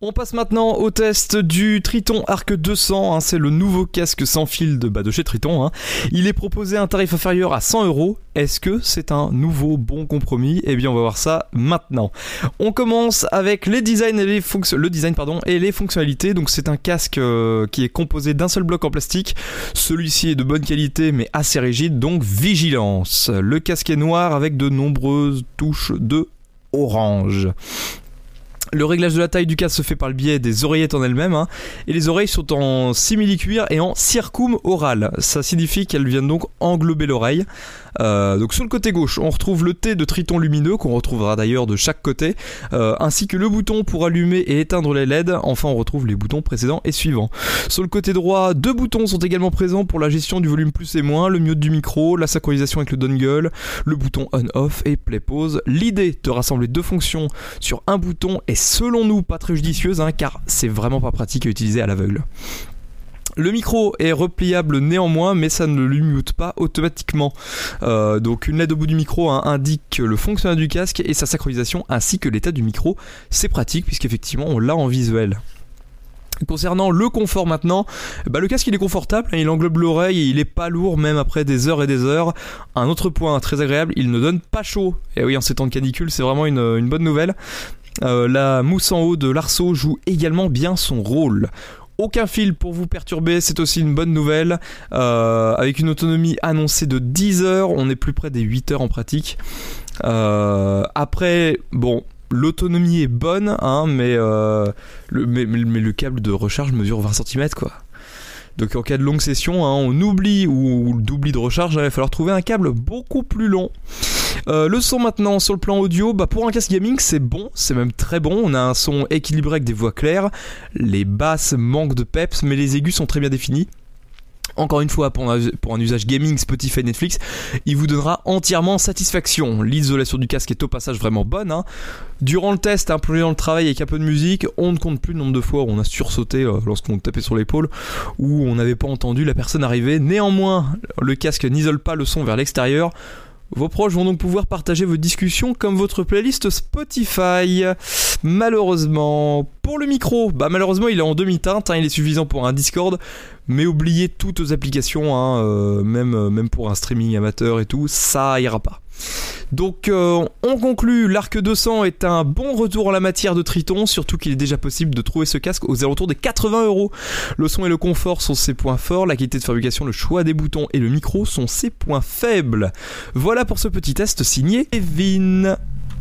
On passe maintenant au test du Triton Arc 200, c'est le nouveau casque sans fil de chez Triton. Il est proposé à un tarif inférieur à 100€. Est-ce que c'est un nouveau bon compromis ? Eh bien on va voir ça maintenant. On commence avec le design et les fonctionnalités. Donc c'est un casque qui est composé d'un seul bloc en plastique. Celui-ci est de bonne qualité mais assez rigide, donc vigilance. Le casque est noir avec de nombreuses touches de orange. Le réglage de la taille du casque se fait par le biais des oreillettes en elles-mêmes, et les oreilles sont en simili-cuir et en circum oral. Ça signifie qu'elles viennent donc englober l'oreille. Donc sur le côté gauche, on retrouve le T de Triton lumineux, qu'on retrouvera d'ailleurs de chaque côté, ainsi que le bouton pour allumer et éteindre les LED. Enfin, on retrouve les boutons précédents et suivants. Sur le côté droit, 2 boutons sont également présents pour la gestion du volume plus et moins, le mute du micro, la synchronisation avec le dongle, le bouton on-off et play-pause. L'idée de rassembler 2 fonctions sur un bouton est selon nous pas très judicieuse, car c'est vraiment pas pratique à utiliser à l'aveugle. Le micro est repliable néanmoins, mais ça ne lui mute pas automatiquement. Donc une LED au bout du micro indique le fonctionnement du casque et sa synchronisation ainsi que l'état du micro. C'est pratique puisqu'effectivement on l'a en visuel. Concernant le confort maintenant, le casque il est confortable, il englobe l'oreille et il est pas lourd même après des heures et des heures. Un autre point très agréable, il ne donne pas chaud. Et oui, en ces temps de canicule, c'est vraiment une bonne nouvelle. La mousse en haut de l'arceau joue également bien son rôle. Aucun fil pour vous perturber, c'est aussi une bonne nouvelle. Avec une autonomie annoncée de 10 heures, on est plus près des 8 heures en pratique. Après, bon, l'autonomie est bonne, mais le câble de recharge mesure 20 cm quoi. Donc en cas de longue session, on oublie ou d'oubli de recharge, il va falloir trouver un câble beaucoup plus long. Le son maintenant sur le plan audio, pour un casque gaming c'est bon, c'est même très bon. On a un son équilibré avec des voix claires, les basses manquent de peps mais les aigus sont très bien définis. Encore une fois, pour un usage gaming, Spotify, Netflix, il vous donnera entièrement satisfaction. L'isolation du casque est au passage vraiment bonne. Durant le test, plongé dans le travail avec un peu de musique, on ne compte plus le nombre de fois où on a sursauté lorsqu'on tapait sur l'épaule, où on n'avait pas entendu la personne arriver. Néanmoins, le casque n'isole pas le son vers l'extérieur. Vos proches vont donc pouvoir partager vos discussions comme votre playlist Spotify. Malheureusement, pour le micro, malheureusement il est en demi-teinte, il est suffisant pour un Discord, mais oubliez toutes vos applications, même pour un streaming amateur et tout, ça ira pas. Donc on conclut, l'Arc 200 est un bon retour en la matière de Triton, surtout qu'il est déjà possible de trouver ce casque aux alentours des 80€. Le son et le confort sont ses points forts, la qualité de fabrication, le choix des boutons et le micro sont ses points faibles. Voilà pour ce petit test signé Kevin.